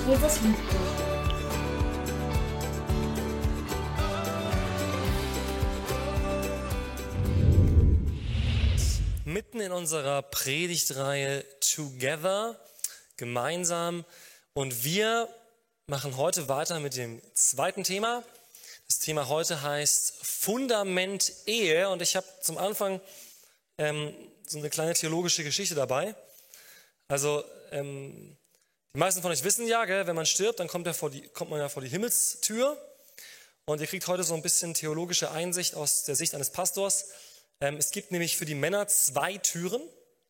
Jesus liebt dich. Mitten in unserer Predigtreihe Together, gemeinsam. Und wir machen heute weiter mit dem zweiten Thema. Das Thema heute heißt Fundament Ehe. Und ich habe zum Anfang so eine kleine theologische Geschichte dabei. Also die meisten von euch wissen ja, gell, wenn man stirbt, dann kommt man ja vor die Himmelstür. Und ihr kriegt heute so ein bisschen theologische Einsicht aus der Sicht eines Pastors. Es gibt nämlich für die Männer 2 Türen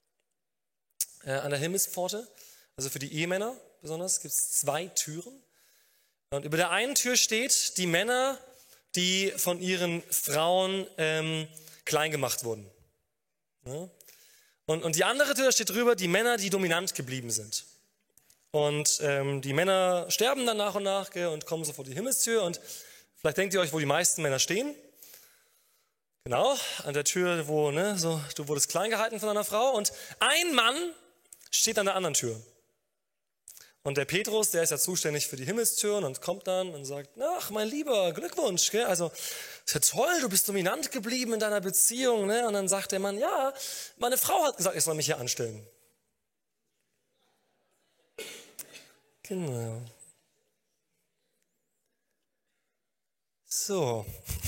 an der Himmelspforte. Also für die Ehemänner besonders gibt es 2 Türen. Und über der einen Tür steht die Männer, die von ihren Frauen klein gemacht wurden. Ja? Und die andere Tür steht drüber, die Männer, die dominant geblieben sind. Und die Männer sterben dann nach und nach, gell, und kommen so vor die Himmelstür. Und vielleicht denkt ihr euch, wo die meisten Männer stehen. Genau, an der Tür, wo du wurdest klein gehalten von deiner Frau. Und ein Mann steht an der anderen Tür. Und der Petrus, der ist ja zuständig für die Himmelstüren und kommt dann und sagt, ach mein Lieber, Glückwunsch, gell? Also ist ja toll, du bist dominant geblieben in deiner Beziehung. Ne? Und dann sagt der Mann, ja, meine Frau hat gesagt, ich soll mich hier anstellen. Genau. So.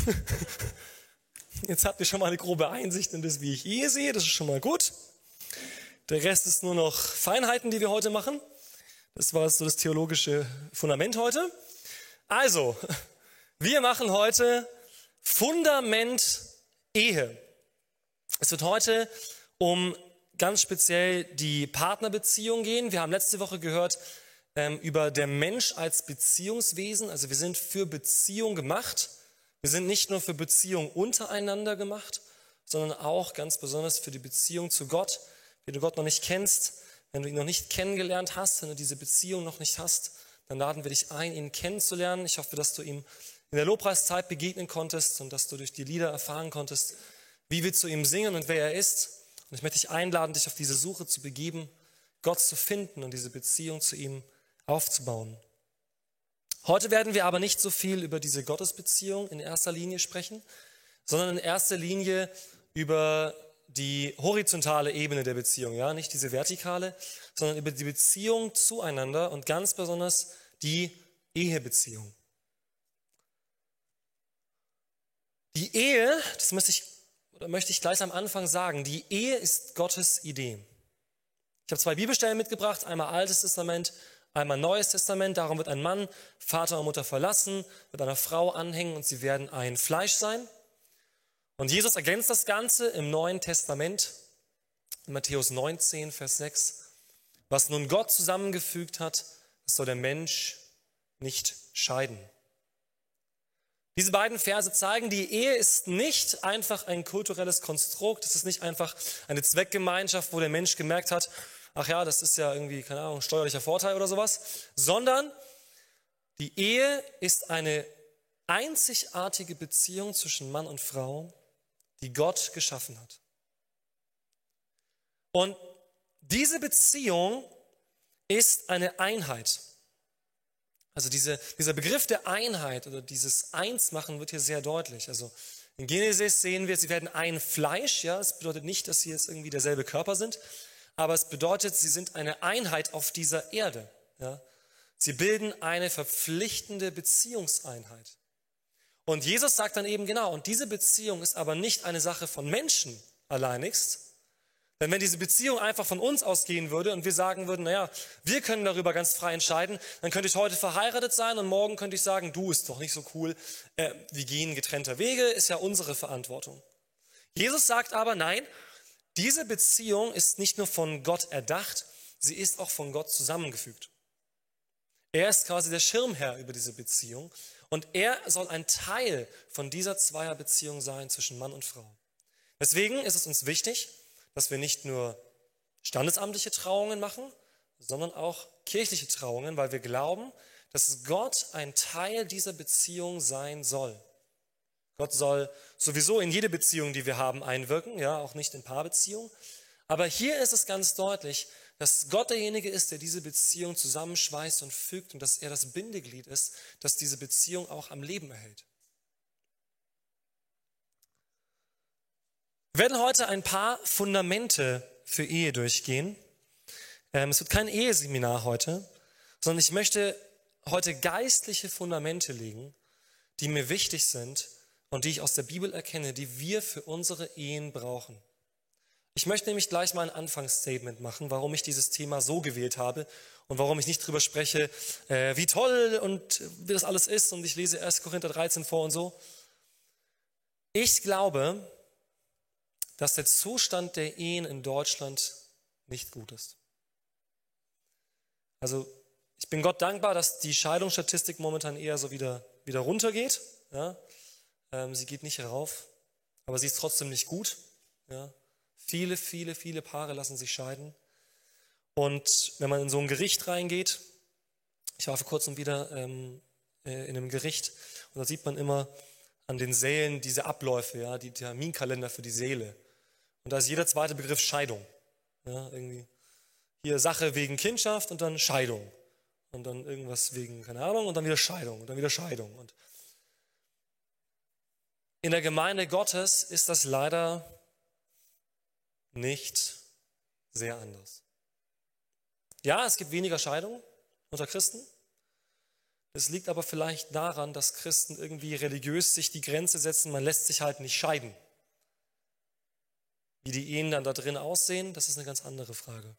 Jetzt habt ihr schon mal eine grobe Einsicht in das, wie ich Ehe sehe. Das ist schon mal gut. Der Rest ist nur noch Feinheiten, die wir heute machen. Das war so das theologische Fundament heute. Also, wir machen heute Fundament Ehe. Es wird heute um ganz speziell die Partnerbeziehung gehen. Wir haben letzte Woche gehört über der Mensch als Beziehungswesen. Also wir sind für Beziehung gemacht. Wir sind nicht nur für Beziehung untereinander gemacht, sondern auch ganz besonders für die Beziehung zu Gott. Wenn du Gott noch nicht kennst, wenn du ihn noch nicht kennengelernt hast, wenn du diese Beziehung noch nicht hast, dann laden wir dich ein, ihn kennenzulernen. Ich hoffe, dass du ihm in der Lobpreiszeit begegnen konntest und dass du durch die Lieder erfahren konntest, wie wir zu ihm singen und wer er ist. Und ich möchte dich einladen, dich auf diese Suche zu begeben, Gott zu finden und diese Beziehung zu ihm aufzubauen. Heute werden wir aber nicht so viel über diese Gottesbeziehung in erster Linie sprechen, sondern in erster Linie über die horizontale Ebene der Beziehung, ja, nicht diese vertikale, sondern über die Beziehung zueinander und ganz besonders die Ehebeziehung. Die Ehe, das möchte ich gleich am Anfang sagen, die Ehe ist Gottes Idee. Ich habe 2 Bibelstellen mitgebracht, einmal Altes Testament, einmal Neues Testament. Darum wird ein Mann Vater und Mutter verlassen, wird einer Frau anhängen und sie werden ein Fleisch sein. Und Jesus ergänzt das Ganze im Neuen Testament, in Matthäus 19, Vers 6. Was nun Gott zusammengefügt hat, das soll der Mensch nicht scheiden. Diese beiden Verse zeigen, die Ehe ist nicht einfach ein kulturelles Konstrukt, es ist nicht einfach eine Zweckgemeinschaft, wo der Mensch gemerkt hat, ach ja, das ist ja irgendwie, keine Ahnung, steuerlicher Vorteil oder sowas, sondern die Ehe ist eine einzigartige Beziehung zwischen Mann und Frau, die Gott geschaffen hat. Und diese Beziehung ist eine Einheit. Also dieser Begriff der Einheit oder dieses Einsmachen wird hier sehr deutlich. Also in Genesis sehen wir, sie werden ein Fleisch. Ja, das bedeutet nicht, dass sie jetzt irgendwie derselbe Körper sind, aber es bedeutet, sie sind eine Einheit auf dieser Erde. Ja. Sie bilden eine verpflichtende Beziehungseinheit. Und Jesus sagt dann eben genau, und diese Beziehung ist aber nicht eine Sache von Menschen alleinigst. Denn wenn diese Beziehung einfach von uns ausgehen würde und wir sagen würden, naja, wir können darüber ganz frei entscheiden, dann könnte ich heute verheiratet sein und morgen könnte ich sagen, du, ist doch nicht so cool, wir gehen getrennter Wege, ist ja unsere Verantwortung. Jesus sagt aber, nein, diese Beziehung ist nicht nur von Gott erdacht, sie ist auch von Gott zusammengefügt. Er ist quasi der Schirmherr über diese Beziehung und er soll ein Teil von dieser Zweierbeziehung sein zwischen Mann und Frau. Deswegen ist es uns wichtig, dass wir nicht nur standesamtliche Trauungen machen, sondern auch kirchliche Trauungen, weil wir glauben, dass Gott ein Teil dieser Beziehung sein soll. Gott soll sowieso in jede Beziehung, die wir haben, einwirken, ja, auch nicht in Paarbeziehungen. Aber hier ist es ganz deutlich, dass Gott derjenige ist, der diese Beziehung zusammenschweißt und fügt und dass er das Bindeglied ist, das diese Beziehung auch am Leben erhält. Wir werden heute ein paar Fundamente für Ehe durchgehen. Es wird kein Eheseminar heute, sondern ich möchte heute geistliche Fundamente legen, die mir wichtig sind und die ich aus der Bibel erkenne, die wir für unsere Ehen brauchen. Ich möchte nämlich gleich mal ein Anfangsstatement machen, warum ich dieses Thema so gewählt habe und warum ich nicht drüber spreche, wie toll und wie das alles ist und ich lese 1. Korinther 13 vor und so. Ich glaube, dass der Zustand der Ehen in Deutschland nicht gut ist. Also ich bin Gott dankbar, dass die Scheidungsstatistik momentan eher so wieder runtergeht. Ja? Sie geht nicht rauf, aber sie ist trotzdem nicht gut. Ja? Viele Paare lassen sich scheiden. Und wenn man in so ein Gericht reingeht, ich war vor kurzem wieder in einem Gericht und da sieht man immer an den Sälen diese Abläufe, ja, die Terminkalender für die Säle. Und da ist jeder zweite Begriff Scheidung. Ja, irgendwie hier Sache wegen Kindschaft und dann Scheidung. Und dann irgendwas wegen, keine Ahnung, und dann wieder Scheidung und dann wieder Scheidung. Und in der Gemeinde Gottes ist das leider nicht sehr anders. Ja, es gibt weniger Scheidungen unter Christen. Es liegt aber vielleicht daran, dass Christen irgendwie religiös sich die Grenze setzen, man lässt sich halt nicht scheiden. Wie die Ehen dann da drin aussehen, das ist eine ganz andere Frage.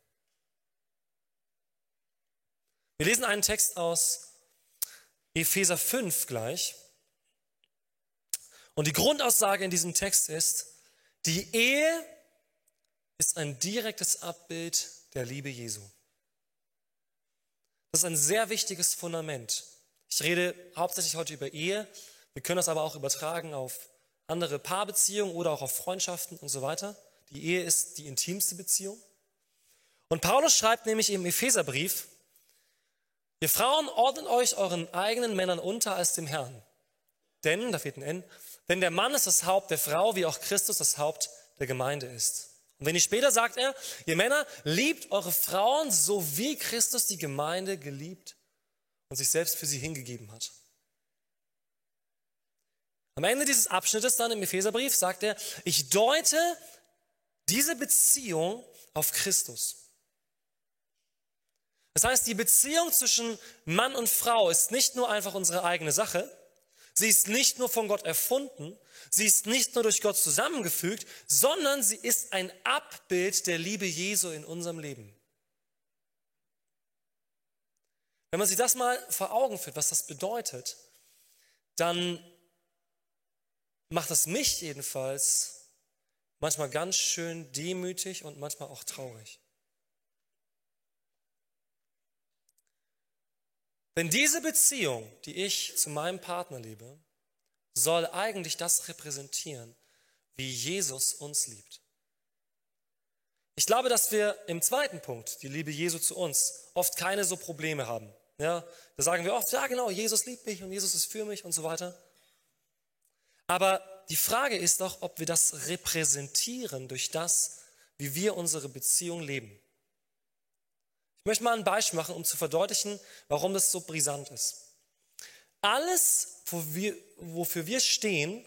Wir lesen einen Text aus Epheser 5 gleich. Und die Grundaussage in diesem Text ist, die Ehe ist ein direktes Abbild der Liebe Jesu. Das ist ein sehr wichtiges Fundament. Ich rede hauptsächlich heute über Ehe. Wir können das aber auch übertragen auf andere Paarbeziehungen oder auch auf Freundschaften und so weiter. Die Ehe ist die intimste Beziehung. Und Paulus schreibt nämlich im Epheserbrief, ihr Frauen ordnet euch euren eigenen Männern unter als dem Herrn. Denn, da fehlt ein N, denn der Mann ist das Haupt der Frau, wie auch Christus das Haupt der Gemeinde ist. Und wenn ich später sagt er, ihr Männer, liebt eure Frauen, so wie Christus die Gemeinde geliebt und sich selbst für sie hingegeben hat. Am Ende dieses Abschnittes dann im Epheserbrief sagt er, ich deute diese Beziehung auf Christus. Das heißt, die Beziehung zwischen Mann und Frau ist nicht nur einfach unsere eigene Sache, sie ist nicht nur von Gott erfunden, sie ist nicht nur durch Gott zusammengefügt, sondern sie ist ein Abbild der Liebe Jesu in unserem Leben. Wenn man sich das mal vor Augen führt, was das bedeutet, dann macht das mich jedenfalls manchmal ganz schön demütig und manchmal auch traurig. Denn diese Beziehung, die ich zu meinem Partner lebe, soll eigentlich das repräsentieren, wie Jesus uns liebt. Ich glaube, dass wir im zweiten Punkt, die Liebe Jesu zu uns, oft keine so Probleme haben. Ja, da sagen wir oft, ja genau, Jesus liebt mich und Jesus ist für mich und so weiter. Aber die Frage ist doch, ob wir das repräsentieren durch das, wie wir unsere Beziehung leben. Ich möchte mal ein Beispiel machen, um zu verdeutlichen, warum das so brisant ist. Alles, wofür wir stehen,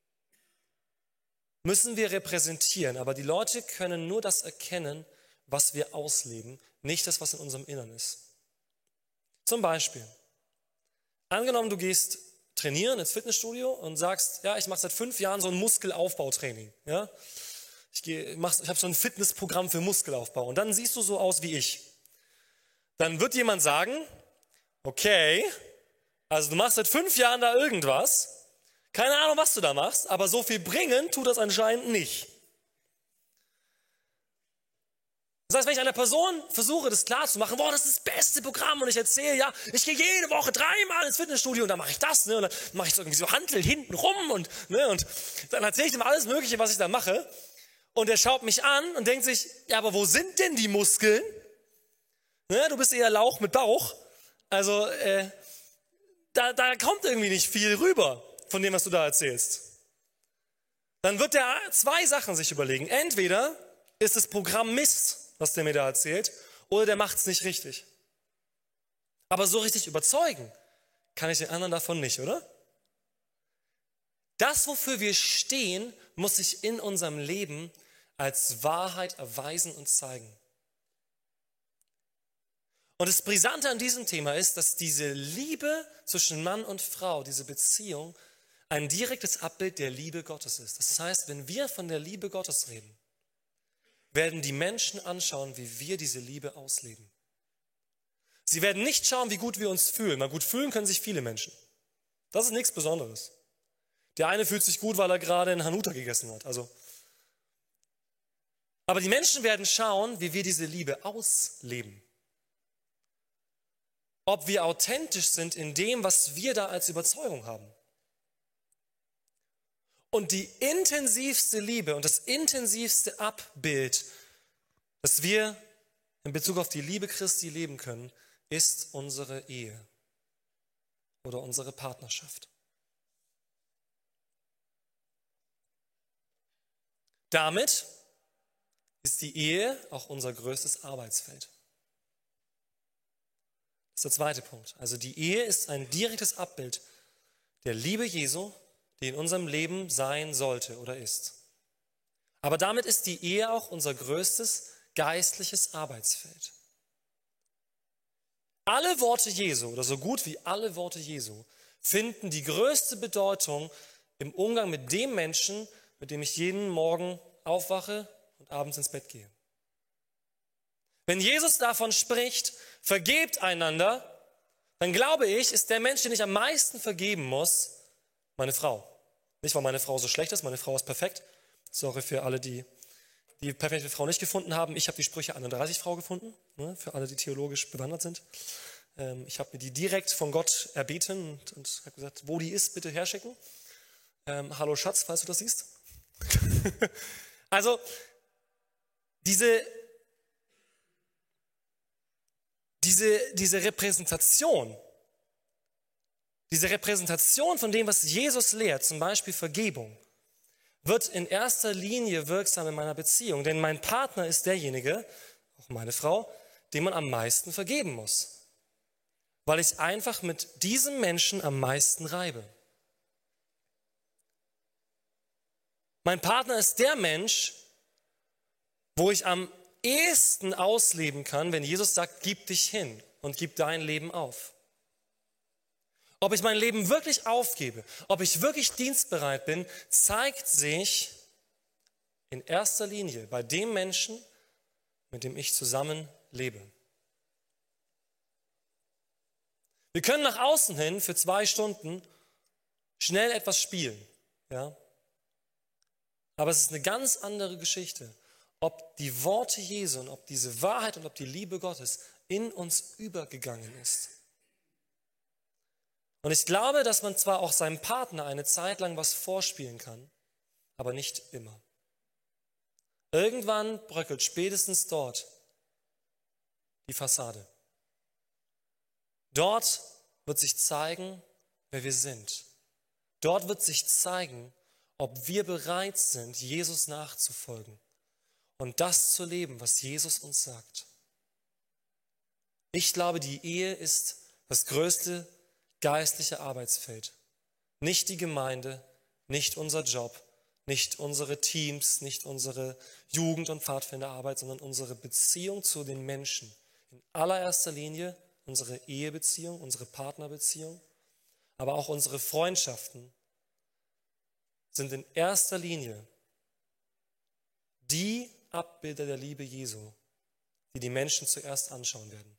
müssen wir repräsentieren. Aber die Leute können nur das erkennen, was wir ausleben, nicht das, was in unserem Innern ist. Zum Beispiel, angenommen, du gehst trainieren ins Fitnessstudio und sagst, ja, ich mache seit 5 Jahren so ein Muskelaufbautraining. Ja? Ich habe so ein Fitnessprogramm für Muskelaufbau und dann siehst du so aus wie ich. Dann wird jemand sagen, okay, also du machst seit 5 Jahren da irgendwas, keine Ahnung, was du da machst, aber so viel bringen tut das anscheinend nicht. Das heißt, wenn ich einer Person versuche, das klarzumachen, boah, das ist das beste Programm und ich erzähle, ja, ich gehe jede Woche 3-mal ins Fitnessstudio und dann mache ich das, ne, und dann mache ich so irgendwie so Hanteln hinten rum und dann erzähle ich ihm alles Mögliche, was ich da mache und er schaut mich an und denkt sich, ja, aber wo sind denn die Muskeln? Ne, du bist eher Lauch mit Bauch, also da kommt irgendwie nicht viel rüber von dem, was du da erzählst. Dann wird der 2 Sachen sich überlegen. Entweder ist das Programm Mist, was der mir da erzählt, oder der macht es nicht richtig. Aber so richtig überzeugen kann ich den anderen davon nicht, oder? Das, wofür wir stehen, muss sich in unserem Leben als Wahrheit erweisen und zeigen. Und das Brisante an diesem Thema ist, dass diese Liebe zwischen Mann und Frau, diese Beziehung, ein direktes Abbild der Liebe Gottes ist. Das heißt, wenn wir von der Liebe Gottes reden, werden die Menschen anschauen, wie wir diese Liebe ausleben. Sie werden nicht schauen, wie gut wir uns fühlen. Mal gut fühlen können sich viele Menschen. Das ist nichts Besonderes. Der eine fühlt sich gut, weil er gerade einen Hanuta gegessen hat. Aber die Menschen werden schauen, wie wir diese Liebe ausleben. Ob wir authentisch sind in dem, was wir da als Überzeugung haben. Und die intensivste Liebe und das intensivste Abbild, das wir in Bezug auf die Liebe Christi leben können, ist unsere Ehe oder unsere Partnerschaft. Damit ist die Ehe auch unser größtes Arbeitsfeld. Das ist der zweite Punkt. Also die Ehe ist ein direktes Abbild der Liebe Jesu, die in unserem Leben sein sollte oder ist. Aber damit ist die Ehe auch unser größtes geistliches Arbeitsfeld. Alle Worte Jesu oder so gut wie alle Worte Jesu finden die größte Bedeutung im Umgang mit dem Menschen, mit dem ich jeden Morgen aufwache und abends ins Bett gehe. Wenn Jesus davon spricht, vergebt einander, dann glaube ich, ist der Mensch, den ich am meisten vergeben muss, meine Frau. Nicht, weil meine Frau so schlecht ist, meine Frau ist perfekt. Sorry für alle, die perfekte Frau nicht gefunden haben. Ich habe die Sprüche 31 Frau gefunden, ne, für alle, die theologisch bewandert sind. Ich habe mir die direkt von Gott erbeten und habe gesagt, wo die ist, bitte herschicken. Hallo Schatz, falls du das siehst. Also, diese Repräsentation von dem, was Jesus lehrt, zum Beispiel Vergebung, wird in erster Linie wirksam in meiner Beziehung. Denn mein Partner ist derjenige, auch meine Frau, dem man am meisten vergeben muss. Weil ich einfach mit diesem Menschen am meisten reibe. Mein Partner ist der Mensch, wo ich am ehesten ausleben kann, wenn Jesus sagt, gib dich hin und gib dein Leben auf. Ob ich mein Leben wirklich aufgebe, ob ich wirklich dienstbereit bin, zeigt sich in erster Linie bei dem Menschen, mit dem ich zusammen lebe. Wir können nach außen hin für 2 Stunden schnell etwas spielen, ja? Aber es ist eine ganz andere Geschichte, ob die Worte Jesu und ob diese Wahrheit und ob die Liebe Gottes in uns übergegangen ist. Und ich glaube, dass man zwar auch seinem Partner eine Zeit lang was vorspielen kann, aber nicht immer. Irgendwann bröckelt spätestens dort die Fassade. Dort wird sich zeigen, wer wir sind. Dort wird sich zeigen, ob wir bereit sind, Jesus nachzufolgen und das zu leben, was Jesus uns sagt. Ich glaube, die Ehe ist das größte geistliche Arbeitsfeld. Nicht die Gemeinde, nicht unser Job, nicht unsere Teams, nicht unsere Jugend- und Pfadfinderarbeit, sondern unsere Beziehung zu den Menschen. In allererster Linie unsere Ehebeziehung, unsere Partnerbeziehung, aber auch unsere Freundschaften sind in erster Linie die Abbilder der Liebe Jesu, die die Menschen zuerst anschauen werden.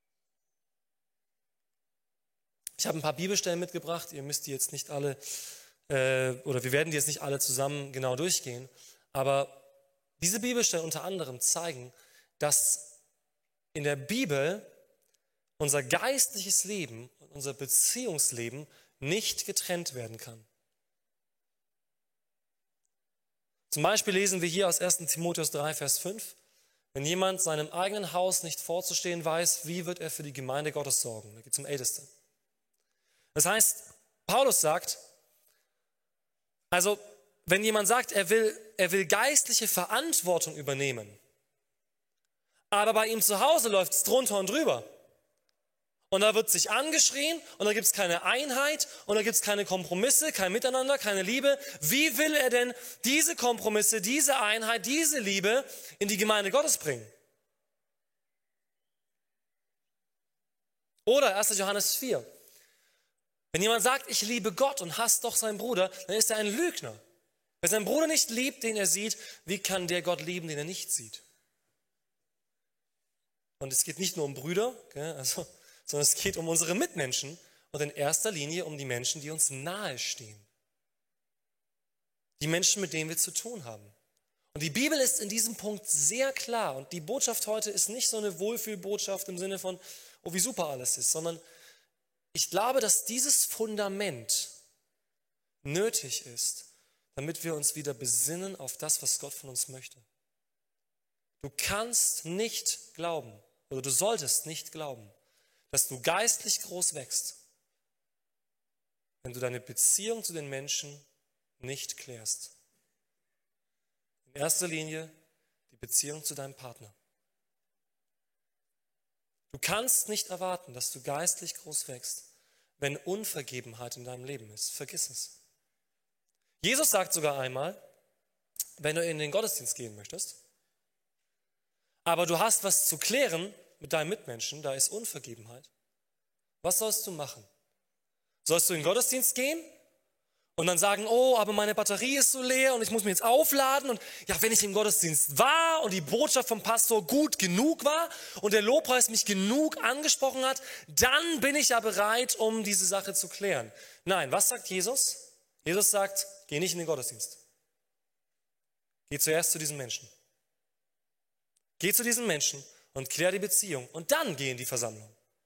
Ich habe ein paar Bibelstellen mitgebracht, ihr müsst die jetzt nicht alle, oder wir werden die jetzt nicht alle zusammen genau durchgehen, aber diese Bibelstellen unter anderem zeigen, dass in der Bibel unser geistliches Leben und unser Beziehungsleben nicht getrennt werden kann. Zum Beispiel lesen wir hier aus 1. Timotheus 3, Vers 5, wenn jemand seinem eigenen Haus nicht vorzustehen weiß, wie wird er für die Gemeinde Gottes sorgen? Da geht es um Älteste. Das heißt, Paulus sagt, also wenn jemand sagt, er will geistliche Verantwortung übernehmen, Aber bei ihm zu Hause läuft es drunter und drüber. Und da wird sich angeschrien und da gibt es keine Einheit und da gibt es keine Kompromisse, kein Miteinander, keine Liebe. Wie will er denn diese Kompromisse, diese Einheit, diese Liebe in die Gemeinde Gottes bringen? Oder 1. Johannes 4. Wenn jemand sagt, ich liebe Gott und hasst doch seinen Bruder, dann ist er ein Lügner. Wer seinen Bruder nicht liebt, den er sieht, wie kann der Gott lieben, den er nicht sieht? Und es geht nicht nur um Brüder, sondern es geht um unsere Mitmenschen und in erster Linie um die Menschen, die uns nahestehen. Die Menschen, mit denen wir zu tun haben. Und die Bibel ist in diesem Punkt sehr klar. Und die Botschaft heute ist nicht so eine Wohlfühlbotschaft im Sinne von, oh, wie super alles ist, sondern ich glaube, dass dieses Fundament nötig ist, damit wir uns wieder besinnen auf das, was Gott von uns möchte. Du kannst nicht glauben, oder du solltest nicht glauben, dass du geistlich groß wächst, wenn du deine Beziehung zu den Menschen nicht klärst. In erster Linie die Beziehung zu deinem Partner. Du kannst nicht erwarten, dass du geistlich groß wächst, wenn Unvergebenheit in deinem Leben ist. Vergiss es. Jesus sagt sogar einmal, wenn du in den Gottesdienst gehen möchtest, aber du hast was zu klären mit deinem Mitmenschen, da ist Unvergebenheit. Was sollst du machen? Sollst du in den Gottesdienst gehen und dann sagen, oh, aber meine Batterie ist so leer und ich muss mich jetzt aufladen und ja, wenn ich im Gottesdienst war und die Botschaft vom Pastor gut genug war und der Lobpreis mich genug angesprochen hat, dann bin ich ja bereit, um diese Sache zu klären. Nein, was sagt Jesus? Jesus sagt, geh nicht in den Gottesdienst. Geh zuerst zu diesen Menschen. Geh zu diesen Menschen und klär die Beziehung und dann geh in die Versammlung.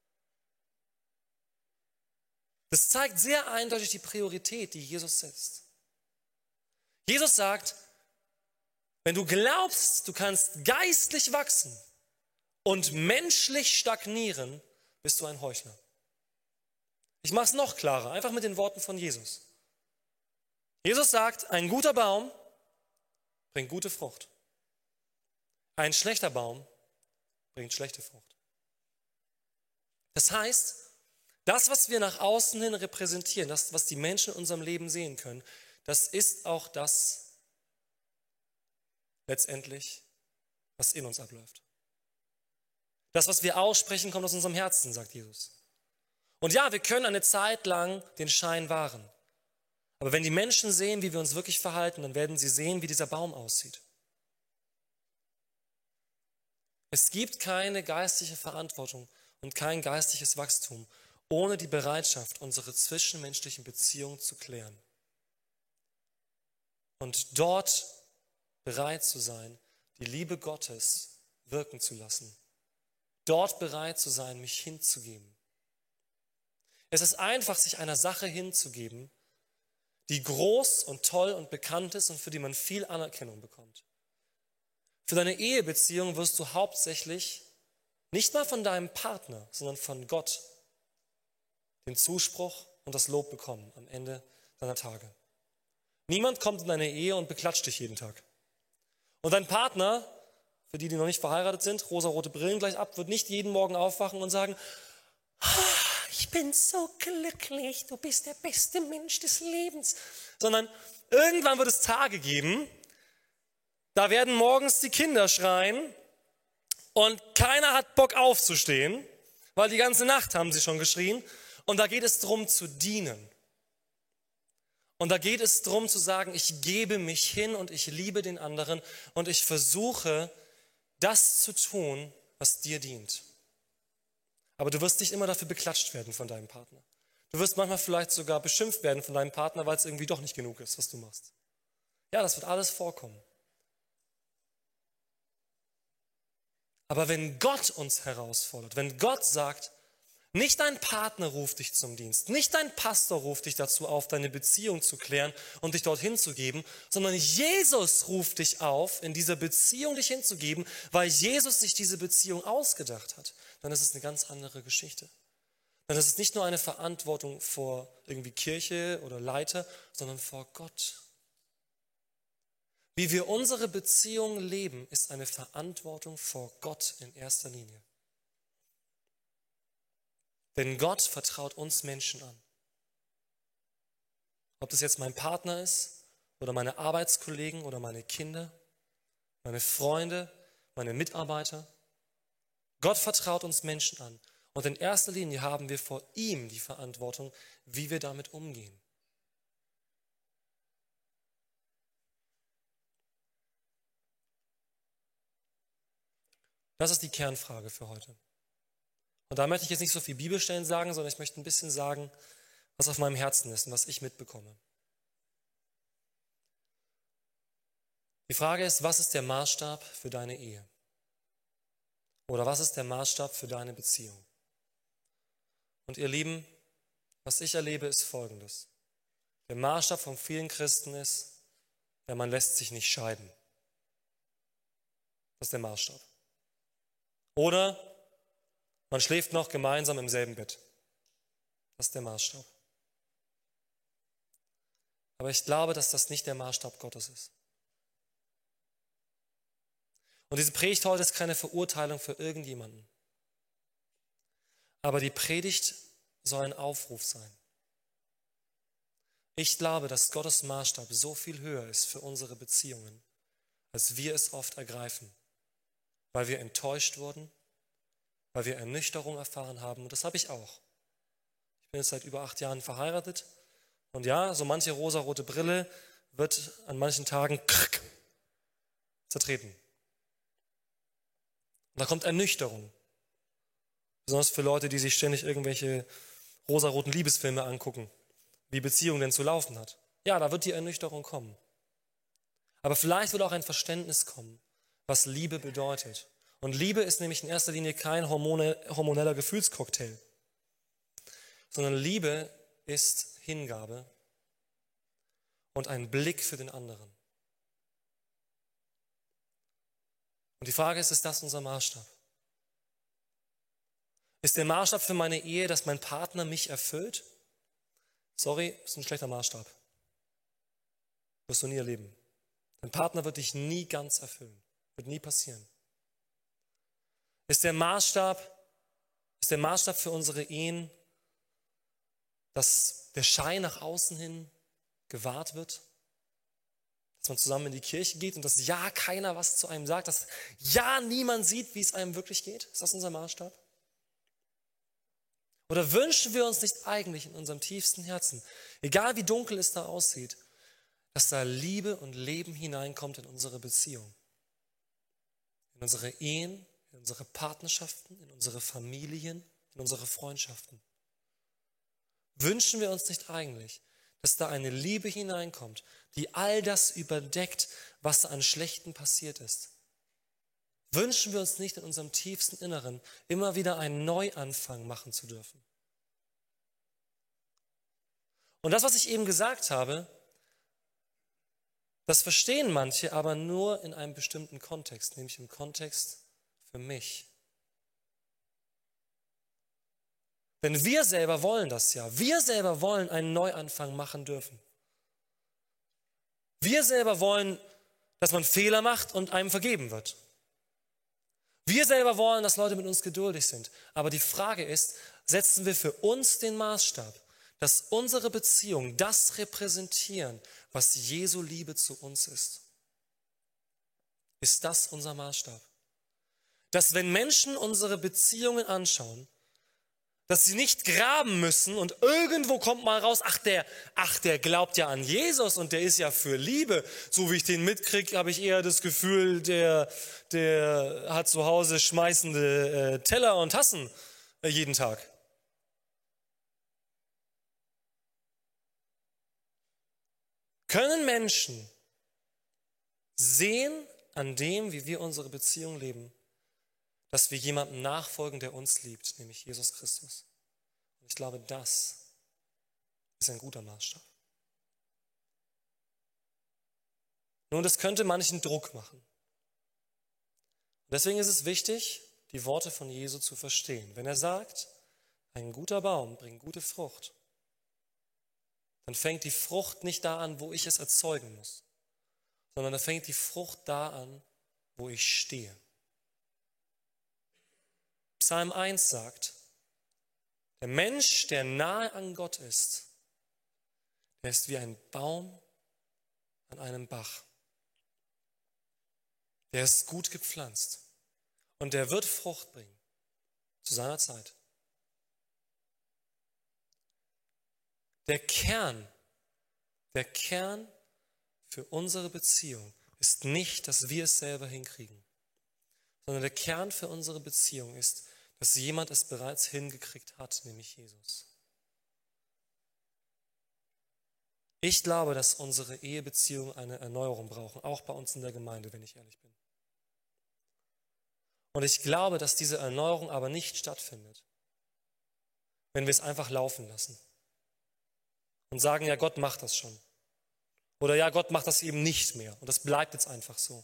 Das zeigt sehr eindeutig die Priorität, die Jesus setzt. Jesus sagt, wenn du glaubst, du kannst geistlich wachsen und menschlich stagnieren, bist du ein Heuchler. Ich mache es noch klarer, einfach mit den Worten von Jesus. Jesus sagt, ein guter Baum bringt gute Frucht. Ein schlechter Baum bringt schlechte Frucht. Das heißt, das, was wir nach außen hin repräsentieren, das, was die Menschen in unserem Leben sehen können, das ist auch das letztendlich, was in uns abläuft. Das, was wir aussprechen, kommt aus unserem Herzen, sagt Jesus. Und ja, wir können eine Zeit lang den Schein wahren. Aber wenn die Menschen sehen, wie wir uns wirklich verhalten, dann werden sie sehen, wie dieser Baum aussieht. Es gibt keine geistliche Verantwortung und kein geistliches Wachstum ohne die Bereitschaft, unsere zwischenmenschlichen Beziehungen zu klären. Und dort bereit zu sein, die Liebe Gottes wirken zu lassen. Dort bereit zu sein, mich hinzugeben. Es ist einfach, sich einer Sache hinzugeben, die groß und toll und bekannt ist und für die man viel Anerkennung bekommt. Für deine Ehebeziehung wirst du hauptsächlich nicht mal von deinem Partner, sondern von Gott den Zuspruch und das Lob bekommen am Ende deiner Tage. Niemand kommt in deine Ehe und beklatscht dich jeden Tag. Und dein Partner, für die, die noch nicht verheiratet sind, rosarote Brillen gleich ab, wird nicht jeden Morgen aufwachen und sagen, ich bin so glücklich, du bist der beste Mensch des Lebens. Sondern irgendwann wird es Tage geben, da werden morgens die Kinder schreien und keiner hat Bock aufzustehen, weil die ganze Nacht haben sie schon geschrien. Und da geht es darum zu dienen. Und da geht es darum zu sagen, ich gebe mich hin und ich liebe den anderen und ich versuche, das zu tun, was dir dient. Aber du wirst nicht immer dafür beklatscht werden von deinem Partner. Du wirst manchmal vielleicht sogar beschimpft werden von deinem Partner, weil es irgendwie doch nicht genug ist, was du machst. Ja, das wird alles vorkommen. Aber wenn Gott uns herausfordert, wenn Gott sagt, nicht dein Partner ruft dich zum Dienst, nicht dein Pastor ruft dich dazu auf, deine Beziehung zu klären und dich dorthin zu geben, sondern Jesus ruft dich auf, in dieser Beziehung dich hinzugeben, weil Jesus sich diese Beziehung ausgedacht hat, dann ist es eine ganz andere Geschichte. Dann ist es nicht nur eine Verantwortung vor irgendwie Kirche oder Leiter, sondern vor Gott. Wie wir unsere Beziehung leben, ist eine Verantwortung vor Gott in erster Linie. Denn Gott vertraut uns Menschen an. Ob das jetzt mein Partner ist oder meine Arbeitskollegen oder meine Kinder, meine Freunde, meine Mitarbeiter. Gott vertraut uns Menschen an. Und in erster Linie haben wir vor ihm die Verantwortung, wie wir damit umgehen. Das ist die Kernfrage für heute. Und da möchte ich jetzt nicht so viel Bibelstellen sagen, sondern ich möchte ein bisschen sagen, was auf meinem Herzen ist und was ich mitbekomme. Die Frage ist, was ist der Maßstab für deine Ehe? Oder was ist der Maßstab für deine Beziehung? Und ihr Lieben, was ich erlebe, ist Folgendes. Der Maßstab von vielen Christen ist, ja, man lässt sich nicht scheiden. Das ist der Maßstab. Oder man schläft noch gemeinsam im selben Bett. Das ist der Maßstab. Aber ich glaube, dass das nicht der Maßstab Gottes ist. Und diese Predigt heute ist keine Verurteilung für irgendjemanden. Aber die Predigt soll ein Aufruf sein. Ich glaube, dass Gottes Maßstab so viel höher ist für unsere Beziehungen, als wir es oft ergreifen, weil wir enttäuscht wurden, weil wir Ernüchterung erfahren haben. Und das habe ich auch. Ich bin jetzt seit über 8 Jahren verheiratet. Und ja, so manche rosarote Brille wird an manchen Tagen zertreten. Und da kommt Ernüchterung. Besonders für Leute, die sich ständig irgendwelche rosaroten Liebesfilme angucken, wie Beziehung denn zu laufen hat. Ja, da wird die Ernüchterung kommen. Aber vielleicht wird auch ein Verständnis kommen, was Liebe bedeutet. Und Liebe ist nämlich in erster Linie kein hormoneller Gefühlscocktail, sondern Liebe ist Hingabe und ein Blick für den anderen. Und die Frage ist das unser Maßstab? Ist der Maßstab für meine Ehe, dass mein Partner mich erfüllt? Sorry, ist ein schlechter Maßstab. Wirst du nie erleben. Dein Partner wird dich nie ganz erfüllen. Wird nie passieren. Ist der Maßstab für unsere Ehen, dass der Schein nach außen hin gewahrt wird? Dass man zusammen in die Kirche geht und dass ja keiner was zu einem sagt, dass ja niemand sieht, wie es einem wirklich geht? Ist das unser Maßstab? Oder wünschen wir uns nicht eigentlich in unserem tiefsten Herzen, egal wie dunkel es da aussieht, dass da Liebe und Leben hineinkommt in unsere Beziehung, in unsere Ehen, in unsere Partnerschaften, in unsere Familien, in unsere Freundschaften? Wünschen wir uns nicht eigentlich, dass da eine Liebe hineinkommt, die all das überdeckt, was da an Schlechtem passiert ist? Wünschen wir uns nicht in unserem tiefsten Inneren immer wieder einen Neuanfang machen zu dürfen? Und das, was ich eben gesagt habe, das verstehen manche, aber nur in einem bestimmten Kontext, nämlich im Kontext für mich. Denn wir selber wollen das ja. Wir selber wollen einen Neuanfang machen dürfen. Wir selber wollen, dass man Fehler macht und einem vergeben wird. Wir selber wollen, dass Leute mit uns geduldig sind. Aber die Frage ist, setzen wir für uns den Maßstab, dass unsere Beziehungen das repräsentieren, was Jesu Liebe zu uns ist? Ist das unser Maßstab? Dass wenn Menschen unsere Beziehungen anschauen, dass sie nicht graben müssen und irgendwo kommt mal raus, ach der glaubt ja an Jesus und der ist ja für Liebe. So wie ich den mitkriege, habe ich eher das Gefühl, der hat zu Hause schmeißende Teller und Tassen jeden Tag. Können Menschen sehen an dem, wie wir unsere Beziehung leben, dass wir jemandem nachfolgen, der uns liebt, nämlich Jesus Christus? Und ich glaube, das ist ein guter Maßstab. Nun, das könnte manchen Druck machen. Deswegen ist es wichtig, die Worte von Jesu zu verstehen. Wenn er sagt, ein guter Baum bringt gute Frucht, dann fängt die Frucht nicht da an, wo ich es erzeugen muss, sondern da fängt die Frucht da an, wo ich stehe. Psalm 1 sagt, der Mensch, der nahe an Gott ist, der ist wie ein Baum an einem Bach. Der ist gut gepflanzt und der wird Frucht bringen zu seiner Zeit. Der Kern für unsere Beziehung ist nicht, dass wir es selber hinkriegen, sondern der Kern für unsere Beziehung ist, dass jemand es bereits hingekriegt hat, nämlich Jesus. Ich glaube, dass unsere Ehebeziehungen eine Erneuerung brauchen, auch bei uns in der Gemeinde, wenn ich ehrlich bin. Und ich glaube, dass diese Erneuerung aber nicht stattfindet, wenn wir es einfach laufen lassen und sagen, ja, Gott macht das schon. Oder ja, Gott macht das eben nicht mehr und das bleibt jetzt einfach so.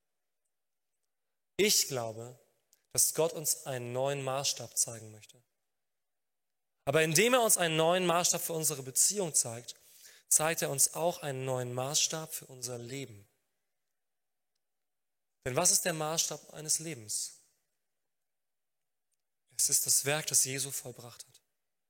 Ich glaube, dass Gott uns einen neuen Maßstab zeigen möchte. Aber indem er uns einen neuen Maßstab für unsere Beziehung zeigt, zeigt er uns auch einen neuen Maßstab für unser Leben. Denn was ist der Maßstab eines Lebens? Es ist das Werk, das Jesu vollbracht hat.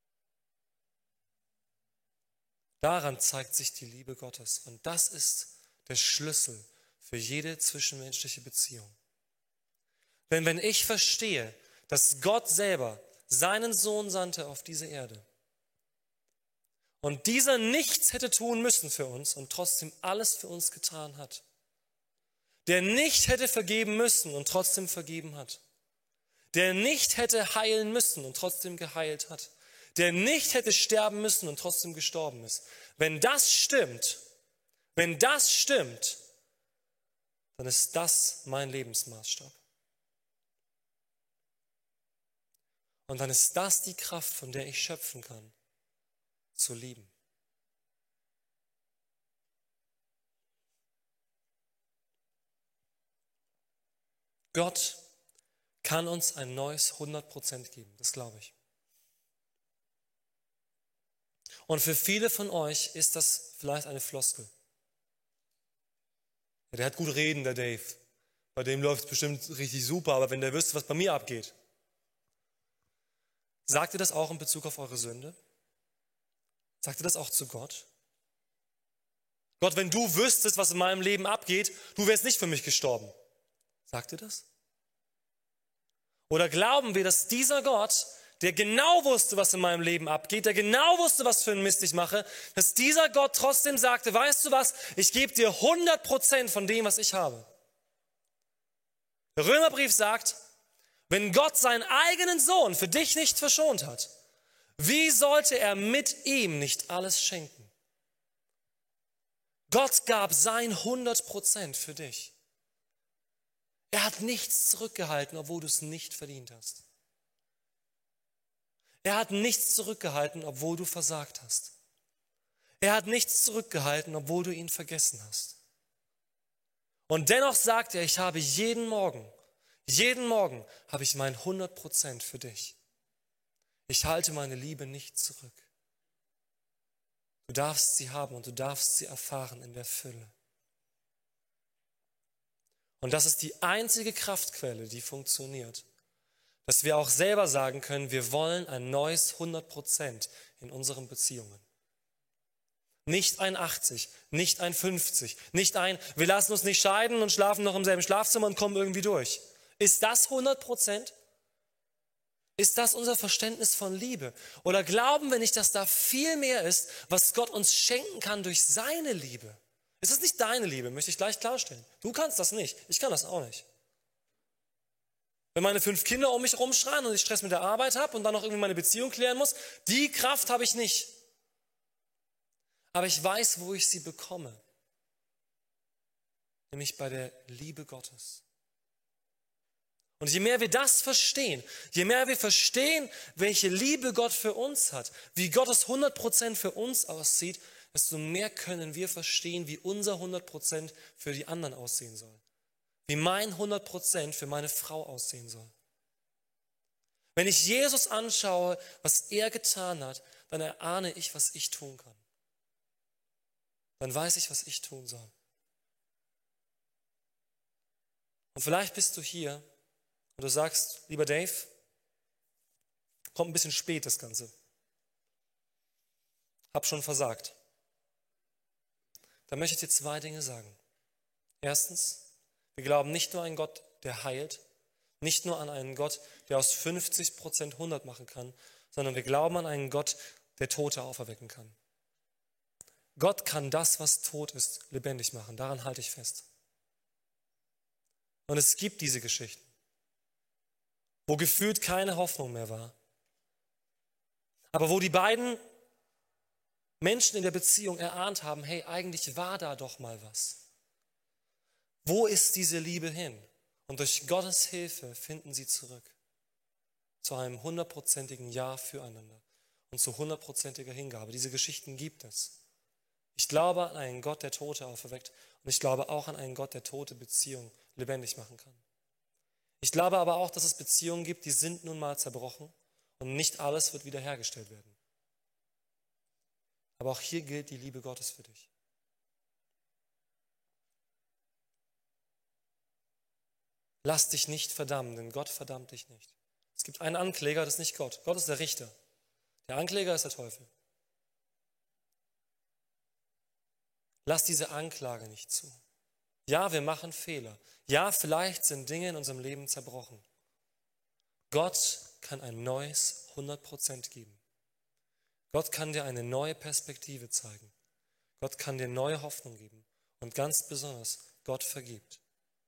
Daran zeigt sich die Liebe Gottes. Und das ist der Schlüssel für jede zwischenmenschliche Beziehung. Denn wenn ich verstehe, dass Gott selber seinen Sohn sandte auf diese Erde und dieser nichts hätte tun müssen für uns und trotzdem alles für uns getan hat, der nicht hätte vergeben müssen und trotzdem vergeben hat, der nicht hätte heilen müssen und trotzdem geheilt hat, der nicht hätte sterben müssen und trotzdem gestorben ist. Wenn das stimmt, dann ist das mein Lebensmaßstab. Und dann ist das die Kraft, von der ich schöpfen kann, zu lieben. Gott kann uns ein neues 100% geben, das glaube ich. Und für viele von euch ist das vielleicht eine Floskel. Ja, der hat gut reden, der Dave. Bei dem läuft es bestimmt richtig super, aber wenn der wüsste, was bei mir abgeht. Sagt ihr das auch in Bezug auf eure Sünde? Sagt ihr das auch zu Gott? Gott, wenn du wüsstest, was in meinem Leben abgeht, du wärst nicht für mich gestorben. Sagt ihr das? Oder glauben wir, dass dieser Gott, der genau wusste, was in meinem Leben abgeht, der genau wusste, was für einen Mist ich mache, dass dieser Gott trotzdem sagte, weißt du was, ich gebe dir 100% von dem, was ich habe. Der Römerbrief sagt, wenn Gott seinen eigenen Sohn für dich nicht verschont hat, wie sollte er mit ihm nicht alles schenken? Gott gab sein 100% für dich. Er hat nichts zurückgehalten, obwohl du es nicht verdient hast. Er hat nichts zurückgehalten, obwohl du versagt hast. Er hat nichts zurückgehalten, obwohl du ihn vergessen hast. Und dennoch sagt er, ich habe jeden Morgen habe ich mein 100% für dich. Ich halte meine Liebe nicht zurück. Du darfst sie haben und du darfst sie erfahren in der Fülle. Und das ist die einzige Kraftquelle, die funktioniert, dass wir auch selber sagen können, wir wollen ein neues 100% in unseren Beziehungen. Nicht ein 80, nicht ein 50, nicht ein, wir lassen uns nicht scheiden und schlafen noch im selben Schlafzimmer und kommen irgendwie durch. Ist das 100%? Ist das unser Verständnis von Liebe? Oder glauben wir nicht, dass da viel mehr ist, was Gott uns schenken kann durch seine Liebe? Es ist nicht deine Liebe, möchte ich gleich klarstellen. Du kannst das nicht, ich kann das auch nicht. Wenn meine 5 Kinder um mich rumschreien und ich Stress mit der Arbeit habe und dann noch irgendwie meine Beziehung klären muss, die Kraft habe ich nicht. Aber ich weiß, wo ich sie bekomme. Nämlich bei der Liebe Gottes. Und je mehr wir das verstehen, je mehr wir verstehen, welche Liebe Gott für uns hat, wie Gottes 100% für uns aussieht, desto mehr können wir verstehen, wie unser 100% für die anderen aussehen soll. Wie mein 100% für meine Frau aussehen soll. Wenn ich Jesus anschaue, was er getan hat, dann erahne ich, was ich tun kann. Dann weiß ich, was ich tun soll. Und vielleicht bist du hier und du sagst, lieber Dave, kommt ein bisschen spät das Ganze. Hab schon versagt. Dann möchte ich dir zwei Dinge sagen. Erstens, wir glauben nicht nur an einen Gott, der heilt, nicht nur an einen Gott, der aus 50% 100 machen kann, sondern wir glauben an einen Gott, der Tote auferwecken kann. Gott kann das, was tot ist, lebendig machen. Daran halte ich fest. Und es gibt diese Geschichten, wo gefühlt keine Hoffnung mehr war. Aber wo die beiden Menschen in der Beziehung erahnt haben, hey, eigentlich war da doch mal was. Wo ist diese Liebe hin? Und durch Gottes Hilfe finden sie zurück zu einem 100%igen Ja füreinander und zu 100%iger Hingabe. Diese Geschichten gibt es. Ich glaube an einen Gott, der Tote auferweckt, und ich glaube auch an einen Gott, der tote Beziehungen lebendig machen kann. Ich glaube aber auch, dass es Beziehungen gibt, die sind nun mal zerbrochen und nicht alles wird wiederhergestellt werden. Aber auch hier gilt die Liebe Gottes für dich. Lass dich nicht verdammen, denn Gott verdammt dich nicht. Es gibt einen Ankläger, das ist nicht Gott. Gott ist der Richter. Der Ankläger ist der Teufel. Lass diese Anklage nicht zu. Ja, wir machen Fehler. Ja, vielleicht sind Dinge in unserem Leben zerbrochen. Gott kann ein neues 100% geben. Gott kann dir eine neue Perspektive zeigen. Gott kann dir neue Hoffnung geben. Und ganz besonders, Gott vergibt.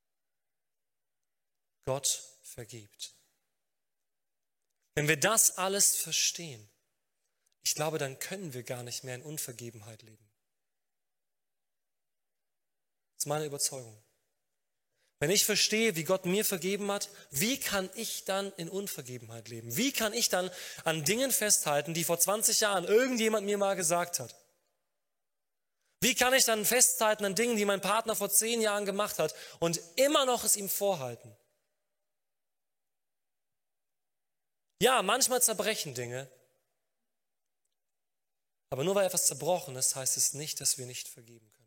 Gott vergibt. Wenn wir das alles verstehen, ich glaube, dann können wir gar nicht mehr in Unvergebenheit leben. Das ist meine Überzeugung. Wenn ich verstehe, wie Gott mir vergeben hat, wie kann ich dann in Unvergebenheit leben? Wie kann ich dann an Dingen festhalten, die vor 20 Jahren irgendjemand mir mal gesagt hat? Wie kann ich dann festhalten an Dingen, die mein Partner vor 10 Jahren gemacht hat und immer noch es ihm vorhalten? Ja, manchmal zerbrechen Dinge, aber nur weil etwas zerbrochen ist, heißt es nicht, dass wir nicht vergeben können.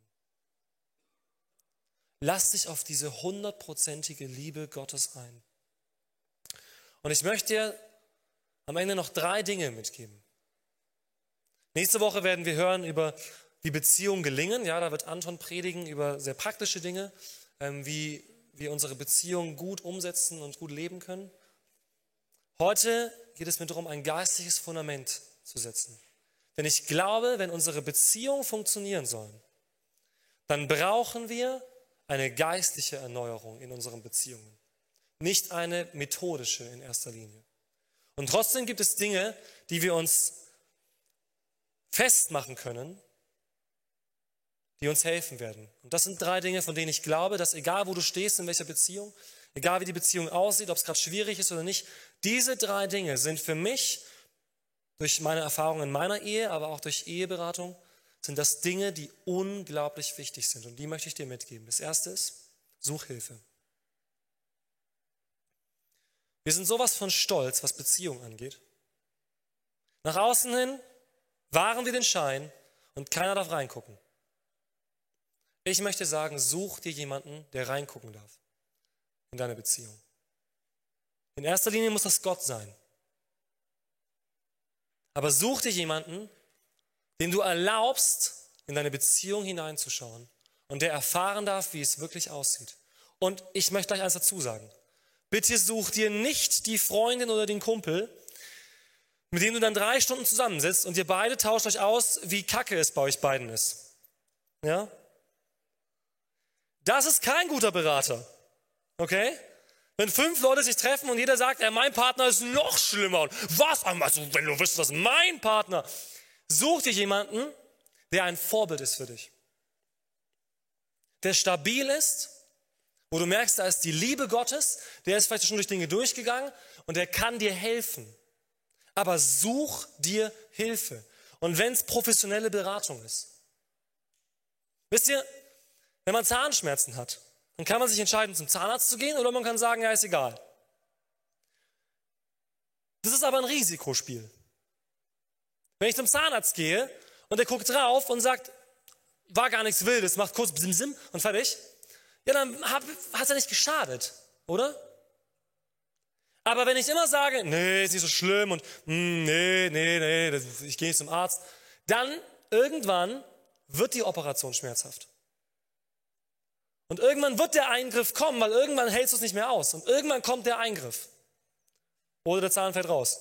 Lass dich auf diese 100%ige Liebe Gottes ein. Und ich möchte dir am Ende noch 3 Dinge mitgeben. Nächste Woche werden wir hören über wie Beziehungen gelingen. Ja, da wird Anton predigen über sehr praktische Dinge, wie wir unsere Beziehungen gut umsetzen und gut leben können. Heute geht es mir darum, ein geistliches Fundament zu setzen. Denn ich glaube, wenn unsere Beziehungen funktionieren sollen, dann brauchen wir eine geistliche Erneuerung in unseren Beziehungen. Nicht eine methodische in erster Linie. Und trotzdem gibt es Dinge, die wir uns festmachen können, die uns helfen werden. Und das sind 3 Dinge, von denen ich glaube, dass egal wo du stehst, in welcher Beziehung, egal wie die Beziehung aussieht, ob es gerade schwierig ist oder nicht, diese 3 Dinge sind für mich, durch meine Erfahrungen in meiner Ehe, aber auch durch Eheberatung, sind das Dinge, die unglaublich wichtig sind. Und die möchte ich dir mitgeben. Das erste ist, such Hilfe. Wir sind sowas von stolz, was Beziehung angeht. Nach außen hin wahren wir den Schein und keiner darf reingucken. Ich möchte sagen, such dir jemanden, der reingucken darf in deine Beziehung. In erster Linie muss das Gott sein. Aber such dir jemanden, dem du erlaubst, in deine Beziehung hineinzuschauen und der erfahren darf, wie es wirklich aussieht. Und ich möchte gleich eins dazu sagen. Bitte such dir nicht die Freundin oder den Kumpel, mit dem du dann 3 Stunden zusammensitzt und ihr beide tauscht euch aus, wie kacke es bei euch beiden ist. Ja? Das ist kein guter Berater. Okay? Wenn 5 Leute sich treffen und jeder sagt, mein Partner ist noch schlimmer. Und was? Also, wenn du wüsstest, dass mein Partner... Such dir jemanden, der ein Vorbild ist für dich. Der stabil ist, wo du merkst, da ist die Liebe Gottes, der ist vielleicht schon durch Dinge durchgegangen und der kann dir helfen. Aber such dir Hilfe. Und wenn es professionelle Beratung ist. Wisst ihr, wenn man Zahnschmerzen hat, dann kann man sich entscheiden, zum Zahnarzt zu gehen oder man kann sagen, ja, ist egal. Das ist aber ein Risikospiel. Wenn ich zum Zahnarzt gehe und der guckt drauf und sagt, war gar nichts Wildes, macht kurz Bsim-Sim und fertig. ja, dann hat es ja nicht geschadet, oder? Aber wenn ich immer sage, nee, ist nicht so schlimm und nee, ich gehe nicht zum Arzt, dann irgendwann wird die Operation schmerzhaft. Und irgendwann wird der Eingriff kommen, weil irgendwann hältst du es nicht mehr aus. Und irgendwann kommt der Eingriff. Oder der Zahn fällt raus.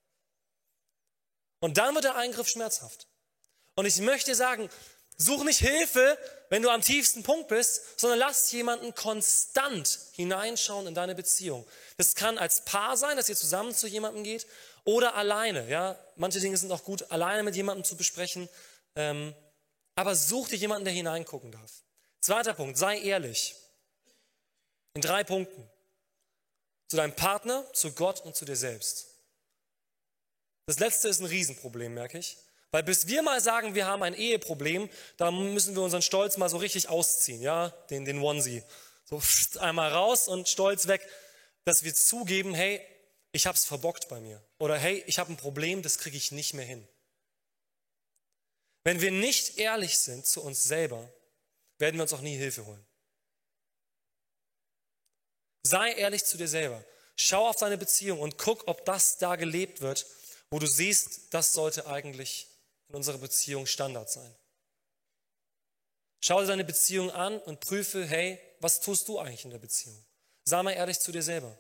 Und dann wird der Eingriff schmerzhaft. Und ich möchte dir sagen, such nicht Hilfe, wenn du am tiefsten Punkt bist, sondern lass jemanden konstant hineinschauen in deine Beziehung. Das kann als Paar sein, dass ihr zusammen zu jemandem geht oder alleine. Ja? Manche Dinge sind auch gut, alleine mit jemandem zu besprechen. Aber such dir jemanden, der hineingucken darf. Zweiter Punkt, sei ehrlich. In 3 Punkten. Zu deinem Partner, zu Gott und zu dir selbst. Das letzte ist ein Riesenproblem, merke ich. Weil bis wir mal sagen, wir haben ein Eheproblem, da müssen wir unseren Stolz mal so richtig ausziehen, ja, den Onesie. So einmal raus und Stolz weg, dass wir zugeben, hey, ich hab's verbockt bei mir. Oder hey, ich habe ein Problem, das kriege ich nicht mehr hin. Wenn wir nicht ehrlich sind zu uns selber, werden wir uns auch nie Hilfe holen. Sei ehrlich zu dir selber. Schau auf deine Beziehung und guck, ob das da gelebt wird, wo du siehst, das sollte eigentlich in unserer Beziehung Standard sein. Schau dir deine Beziehung an und prüfe, hey, was tust du eigentlich in der Beziehung? Sei mal ehrlich zu dir selber.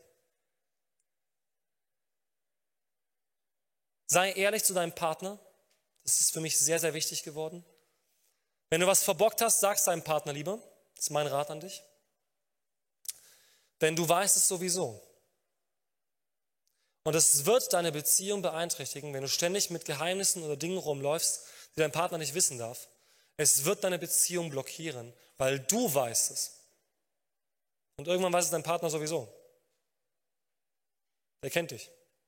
Sei ehrlich zu deinem Partner. Das ist für mich sehr, sehr wichtig geworden. Wenn du was verbockt hast, sag's deinem Partner lieber. Das ist mein Rat an dich. Denn du weißt es sowieso. Und es wird deine Beziehung beeinträchtigen, wenn du ständig mit Geheimnissen oder Dingen rumläufst, die dein Partner nicht wissen darf. Es wird deine Beziehung blockieren, weil du weißt es. Und irgendwann weiß es dein Partner sowieso. Der kennt dich.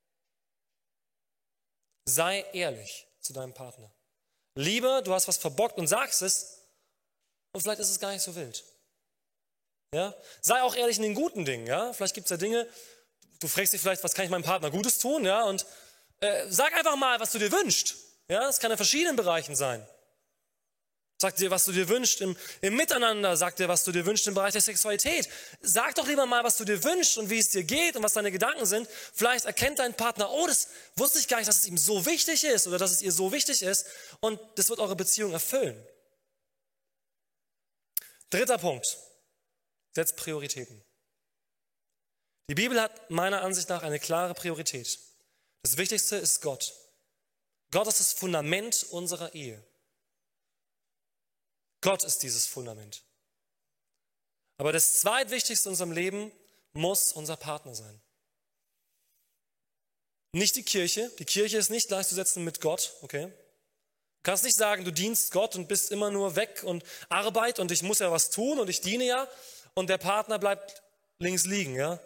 Sei ehrlich zu deinem Partner. Lieber, du hast was verbockt und sagst es und vielleicht ist es gar nicht so wild. Ja? Sei auch ehrlich in den guten Dingen. Ja? Vielleicht gibt es ja Dinge, du fragst dich vielleicht, was kann ich meinem Partner Gutes tun? Ja? Und sag einfach mal, was du dir wünschst. Ja? Das kann in verschiedenen Bereichen sein. Sag dir, was du dir wünschst im Miteinander. Sag dir, was du dir wünschst im Bereich der Sexualität. Sag doch lieber mal, was du dir wünschst und wie es dir geht und was deine Gedanken sind. Vielleicht erkennt dein Partner, oh, das wusste ich gar nicht, dass es ihm so wichtig ist oder dass es ihr so wichtig ist. Und das wird eure Beziehung erfüllen. 3. Punkt. Setz Prioritäten. Die Bibel hat meiner Ansicht nach eine klare Priorität. Das Wichtigste ist Gott. Gott ist das Fundament unserer Ehe. Gott ist dieses Fundament. Aber das Zweitwichtigste in unserem Leben muss unser Partner sein. Nicht die Kirche. Die Kirche ist nicht gleichzusetzen mit Gott, okay? Du kannst nicht sagen, du dienst Gott und bist immer nur weg und Arbeit und ich muss ja was tun und ich diene ja und der Partner bleibt links liegen, ja?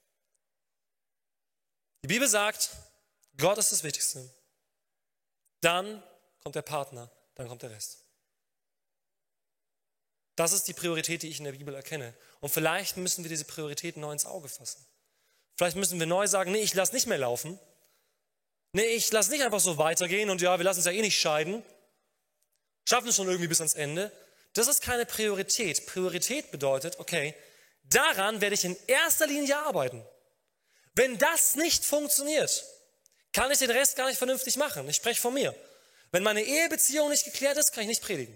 Die Bibel sagt, Gott ist das Wichtigste. Dann kommt der Partner, dann kommt der Rest. Das ist die Priorität, die ich in der Bibel erkenne. Und vielleicht müssen wir diese Priorität neu ins Auge fassen. Vielleicht müssen wir neu sagen, nee, ich lasse nicht mehr laufen. Nee, ich lasse nicht einfach so weitergehen und ja, wir lassen uns ja eh nicht scheiden. Schaffen es schon irgendwie bis ans Ende. Das ist keine Priorität. Priorität bedeutet, okay, daran werde ich in erster Linie arbeiten. Wenn das nicht funktioniert, kann ich den Rest gar nicht vernünftig machen. Ich spreche von mir. Wenn meine Ehebeziehung nicht geklärt ist, kann ich nicht predigen.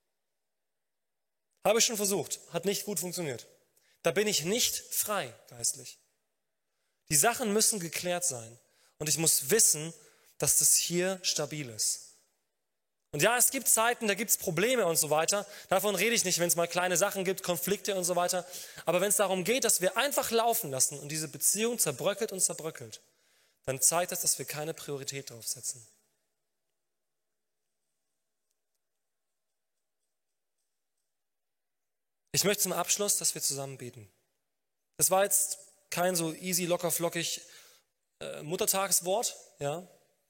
Habe ich schon versucht, hat nicht gut funktioniert. Da bin ich nicht frei geistlich. Die Sachen müssen geklärt sein und ich muss wissen, dass das hier stabil ist. Und ja, es gibt Zeiten, da gibt es Probleme und so weiter. Davon rede ich nicht, wenn es mal kleine Sachen gibt, Konflikte und so weiter. Aber wenn es darum geht, dass wir einfach laufen lassen und diese Beziehung zerbröckelt und zerbröckelt, dann zeigt das, dass wir keine Priorität drauf setzen. Ich möchte zum Abschluss, dass wir zusammen beten. Das war jetzt kein so easy, locker, flockig Muttertagswort, ja.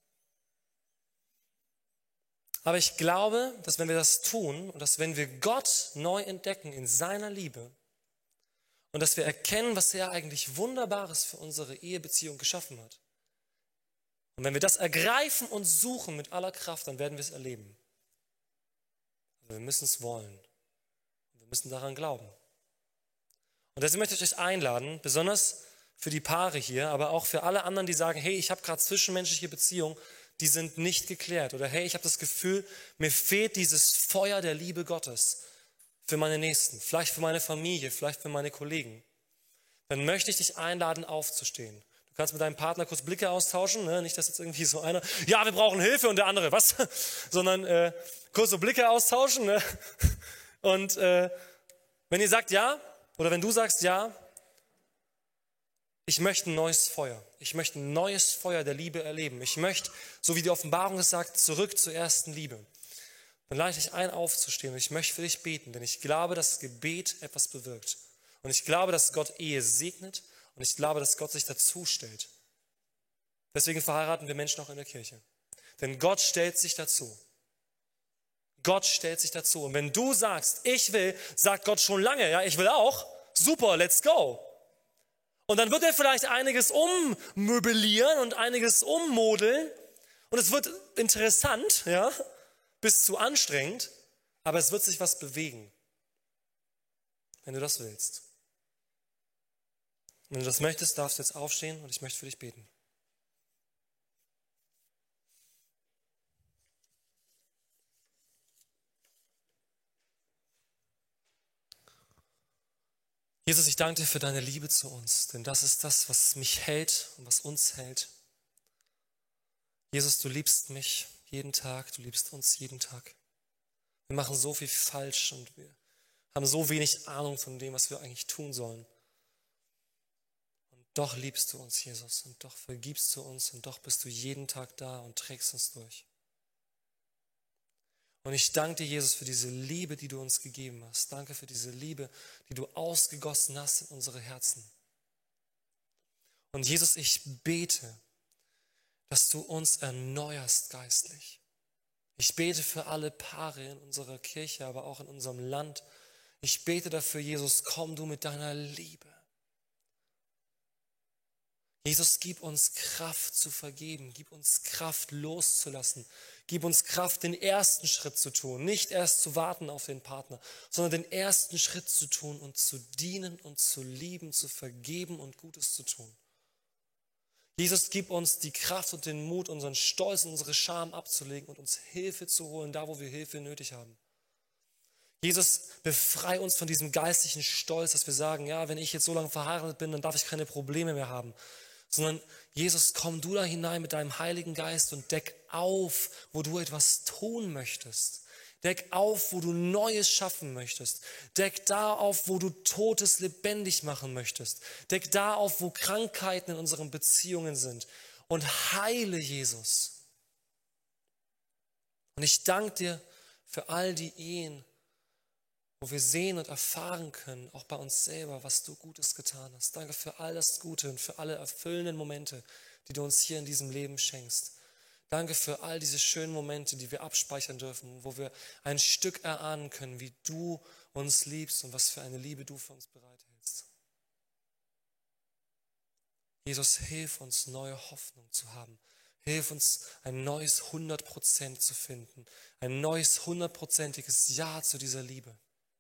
Aber ich glaube, dass wenn wir das tun und dass wenn wir Gott neu entdecken in seiner Liebe und dass wir erkennen, was er eigentlich Wunderbares für unsere Ehebeziehung geschaffen hat. Und wenn wir das ergreifen und suchen mit aller Kraft, dann werden wir es erleben. Aber wir müssen es wollen. Wir müssen daran glauben. Und deswegen möchte ich euch einladen, besonders für die Paare hier, aber auch für alle anderen, die sagen, hey, ich habe gerade zwischenmenschliche Beziehungen, die sind nicht geklärt. Oder hey, ich habe das Gefühl, mir fehlt dieses Feuer der Liebe Gottes für meine Nächsten, vielleicht für meine Familie, vielleicht für meine Kollegen. Dann möchte ich dich einladen, aufzustehen. Du kannst mit deinem Partner kurz Blicke austauschen, ne? Nicht, dass jetzt irgendwie so einer, ja, wir brauchen Hilfe und der andere, was? Sondern kurz so Blicke austauschen. Ne? Und wenn ihr sagt ja, oder wenn du sagst ja, ich möchte ein neues Feuer. Ich möchte ein neues Feuer der Liebe erleben. Ich möchte, so wie die Offenbarung es sagt, zurück zur ersten Liebe. Dann lade ich dich ein, aufzustehen und ich möchte für dich beten, denn ich glaube, dass Gebet etwas bewirkt. Und ich glaube, dass Gott Ehe segnet und ich glaube, dass Gott sich dazu stellt. Deswegen verheiraten wir Menschen auch in der Kirche. Denn Gott stellt sich dazu. Gott stellt sich dazu. Und wenn du sagst, ich will, sagt Gott schon lange, ja, ich will auch, super, let's go. Und dann wird er vielleicht einiges ummöblieren und einiges ummodeln. Und es wird interessant, ja, bis zu anstrengend, aber es wird sich was bewegen, wenn du das willst. Wenn du das möchtest, darfst du jetzt aufstehen und ich möchte für dich beten. Jesus, ich danke dir für deine Liebe zu uns, denn das ist das, was mich hält und was uns hält. Jesus, du liebst mich jeden Tag, du liebst uns jeden Tag. Wir machen so viel falsch und wir haben so wenig Ahnung von dem, was wir eigentlich tun sollen. Und doch liebst du uns, Jesus, und doch vergibst du uns und doch bist du jeden Tag da und trägst uns durch. Und ich danke dir, Jesus, für diese Liebe, die du uns gegeben hast. Danke für diese Liebe, die du ausgegossen hast in unsere Herzen. Und Jesus, ich bete, dass du uns erneuerst geistlich. Ich bete für alle Paare in unserer Kirche, aber auch in unserem Land. Ich bete dafür, Jesus, komm du mit deiner Liebe. Jesus, gib uns Kraft zu vergeben, gib uns Kraft loszulassen, gib uns Kraft, den ersten Schritt zu tun, nicht erst zu warten auf den Partner, sondern den ersten Schritt zu tun und zu dienen und zu lieben, zu vergeben und Gutes zu tun. Jesus, gib uns die Kraft und den Mut, unseren Stolz und unsere Scham abzulegen und uns Hilfe zu holen, da wo wir Hilfe nötig haben. Jesus, befrei uns von diesem geistlichen Stolz, dass wir sagen, ja, wenn ich jetzt so lange verheiratet bin, dann darf ich keine Probleme mehr haben. Sondern Jesus, komm du da hinein mit deinem Heiligen Geist und deck auf, wo du etwas tun möchtest. Deck auf, wo du Neues schaffen möchtest. Deck da auf, wo du Totes lebendig machen möchtest. Deck da auf, wo Krankheiten in unseren Beziehungen sind. Und heile, Jesus. Und ich danke dir für all die Ehen, wo wir sehen und erfahren können, auch bei uns selber, was du Gutes getan hast. Danke für all das Gute und für alle erfüllenden Momente, die du uns hier in diesem Leben schenkst. Danke für all diese schönen Momente, die wir abspeichern dürfen, wo wir ein Stück erahnen können, wie du uns liebst und was für eine Liebe du für uns bereithältst. Jesus, hilf uns, neue Hoffnung zu haben. Hilf uns, ein neues 100% zu finden. Ein neues 100%iges Ja zu dieser Liebe.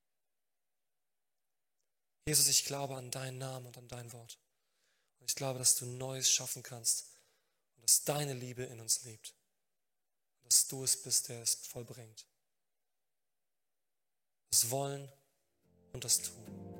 Jesus, ich glaube an deinen Namen und an dein Wort. Und ich glaube, dass du Neues schaffen kannst und dass deine Liebe in uns lebt. Und dass du es bist, der es vollbringt. Das Wollen und das Tun.